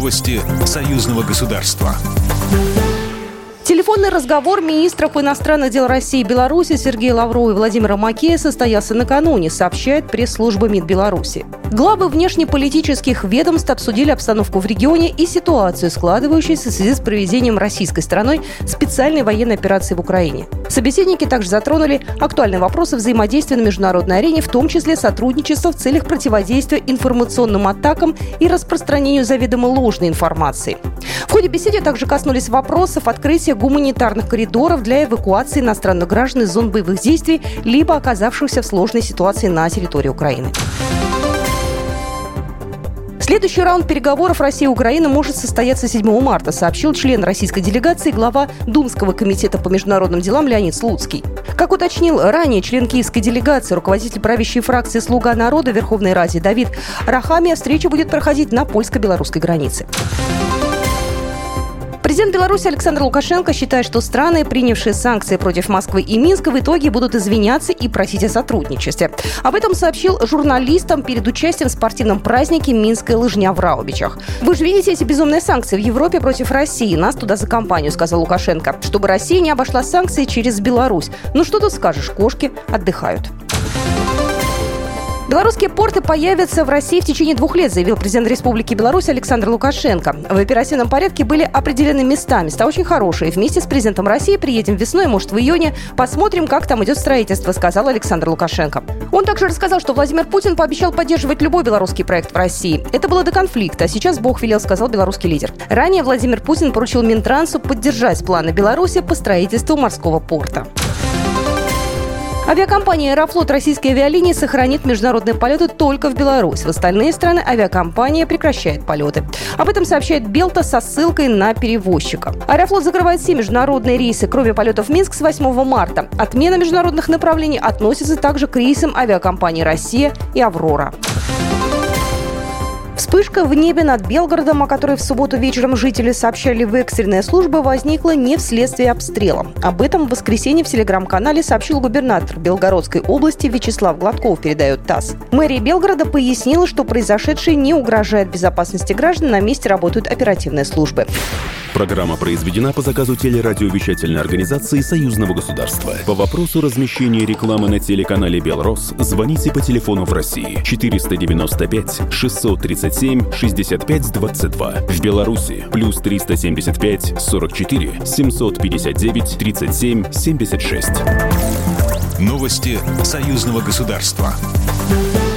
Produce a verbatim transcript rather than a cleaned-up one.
Новости союзного государства. Телефонный разговор министров иностранных дел России и Беларуси Сергея Лаврова и Владимира Макея состоялся накануне, сообщает пресс-служба МИД Беларуси. Главы внешнеполитических ведомств обсудили обстановку в регионе и ситуацию, складывающуюся в связи с проведением российской стороной специальной военной операции в Украине. Собеседники также затронули актуальные вопросы взаимодействия на международной арене, в том числе сотрудничество в целях противодействия информационным атакам и распространению заведомо ложной информации. В ходе беседы также коснулись вопросов открытия гуманитарных коридоров для эвакуации иностранных граждан из зон боевых действий, либо оказавшихся в сложной ситуации на территории Украины. Следующий раунд переговоров России и Украины может состояться седьмого марта, сообщил член российской делегации, глава Думского комитета по международным делам Леонид Слуцкий. Как уточнил ранее член киевской делегации, руководитель правящей фракции «Слуга народа» в Верховной Раде Давид Рахамия, встреча будет проходить на польско-белорусской границе. Президент Беларуси Александр Лукашенко считает, что страны, принявшие санкции против Москвы и Минска, в итоге будут извиняться и просить о сотрудничестве. Об этом сообщил журналистам перед участием в спортивном празднике «Минская лыжня» в Раубичах. «Вы же видите эти безумные санкции в Европе против России. Нас туда за компанию», — сказал Лукашенко. «Чтобы Россия не обошла санкции через Беларусь. Ну что тут скажешь, кошки отдыхают». Белорусские порты появятся в России в течение двух лет, заявил президент Республики Беларусь Александр Лукашенко. В оперативном порядке были определены места. Места очень хорошие. Вместе с президентом России приедем весной, может, в июне. Посмотрим, как там идет строительство, сказал Александр Лукашенко. Он также рассказал, что Владимир Путин пообещал поддерживать любой белорусский проект в России. Это было до конфликта, а сейчас Бог велел, сказал белорусский лидер. Ранее Владимир Путин поручил Минтрансу поддержать планы Беларуси по строительству морского порта. Авиакомпания «Аэрофлот» российской авиалинии сохранит международные полеты только в Беларусь. В остальные страны авиакомпания прекращает полеты. Об этом сообщает Белта со ссылкой на перевозчика. «Аэрофлот» закрывает все международные рейсы, кроме полетов в Минск, с восьмого марта. Отмена международных направлений относится также к рейсам авиакомпании «Россия» и «Аврора». Вспышка в небе над Белгородом, о которой в субботу вечером жители сообщали в экстренные службы, возникла не вследствие обстрела. Об этом в воскресенье в телеграм-канале сообщил губернатор Белгородской области Вячеслав Гладков, передает ТАСС. Мэрия Белгорода пояснила, что произошедшее не угрожает безопасности граждан, на месте работают оперативные службы. Программа произведена по заказу телерадиовещательной организации Союзного государства. По вопросу размещения рекламы на телеканале «Белрос» звоните по телефону в России четыреста девяносто пять шестьсот тридцать семь шестьдесят пять двадцать два. В Беларуси плюс триста семьдесят пять сорок четыре семьсот пятьдесят девять тридцать семь семьдесят шесть. Новости союзного государства.